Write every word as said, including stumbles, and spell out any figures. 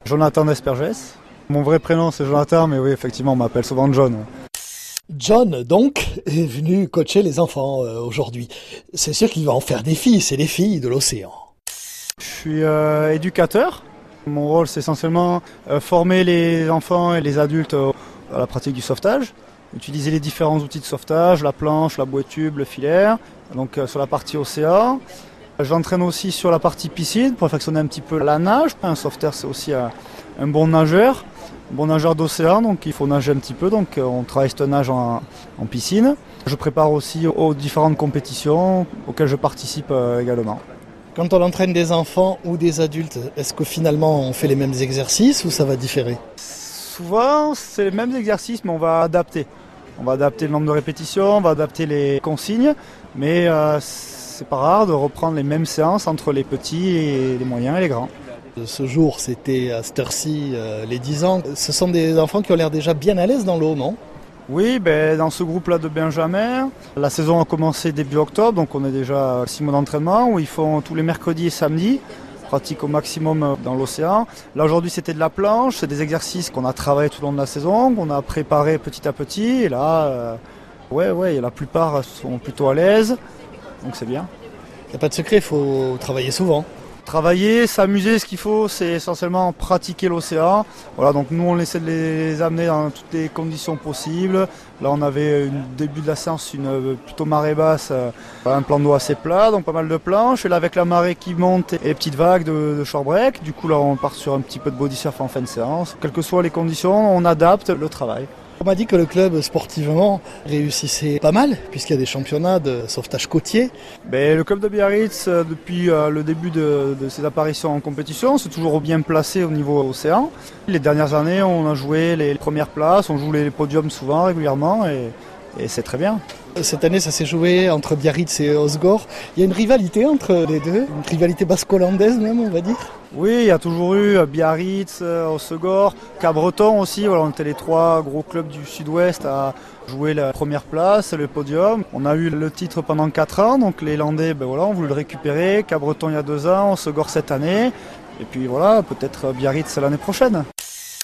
Jonathan Desperges. Mon vrai prénom c'est Jonathan, mais oui, effectivement, on m'appelle souvent John. John, donc, est venu coacher les enfants euh, aujourd'hui. C'est sûr qu'il va en faire des filles, c'est les filles de l'océan. Je suis euh, éducateur. Mon rôle, c'est essentiellement euh, former les enfants et les adultes euh, à la pratique du sauvetage. Utiliser les différents outils de sauvetage, la planche, la bouée tube, le filaire, donc euh, sur la partie océan. J'entraîne aussi sur la partie piscine pour perfectionner un petit peu la nage. Un sauveteur, c'est aussi un, un bon nageur, un bon nageur d'océan, donc il faut nager un petit peu. Donc on travaille ce nage en, en piscine. Je prépare aussi aux différentes compétitions auxquelles je participe euh, également. Quand on entraîne des enfants ou des adultes, est-ce que finalement on fait les mêmes exercices ou ça va différer ? Souvent, c'est les mêmes exercices, mais on va adapter. On va adapter le nombre de répétitions, on va adapter les consignes, mais euh, c'est pas rare de reprendre les mêmes séances entre les petits et les moyens et les grands. Ce jour, c'était à cette heure-ci, euh, les dix ans. Ce sont des enfants qui ont l'air déjà bien à l'aise dans l'eau, non ? Oui, ben, dans ce groupe-là de Benjamin, la saison a commencé début octobre, donc on est déjà à six mois d'entraînement où ils font tous les mercredis et samedis. Pratique au maximum dans l'océan. Là aujourd'hui c'était de la planche, c'est des exercices qu'on a travaillé tout au long de la saison, qu'on a préparé petit à petit. Et là, euh, ouais, ouais, la plupart sont plutôt à l'aise, donc c'est bien. Il n'y a pas de secret, il faut travailler souvent. Travailler, s'amuser, ce qu'il faut, c'est essentiellement pratiquer l'océan. Voilà, donc nous on essaie de les amener dans toutes les conditions possibles. Là on avait au début de la séance une plutôt marée basse, un plan d'eau assez plat, donc pas mal de planches. Et là avec la marée qui monte et les petites vagues de, de shore break, du coup là on part sur un petit peu de body surf en fin de séance. Quelles que soient les conditions, on adapte le travail. On m'a dit que le club sportivement réussissait pas mal, puisqu'il y a des championnats de sauvetage côtier. Ben, le club de Biarritz, depuis le début de, de ses apparitions en compétition, c'est toujours bien placé au niveau océan. Les dernières années, on a joué les premières places, on joue les podiums souvent, régulièrement, et, et c'est très bien. Cette année, ça s'est joué entre Biarritz et Osgore. Il y a une rivalité entre les deux, une rivalité basco-hollandaise même, on va dire. Oui, il y a toujours eu Biarritz, Osgore, Cabreton aussi. Voilà, on était les trois gros clubs du sud-ouest à jouer la première place, le podium. On a eu le titre pendant quatre ans, donc les Landais, ben voilà, on voulait le récupérer. Cabreton il y a deux ans, Osgore cette année. Et puis voilà, peut-être Biarritz l'année prochaine.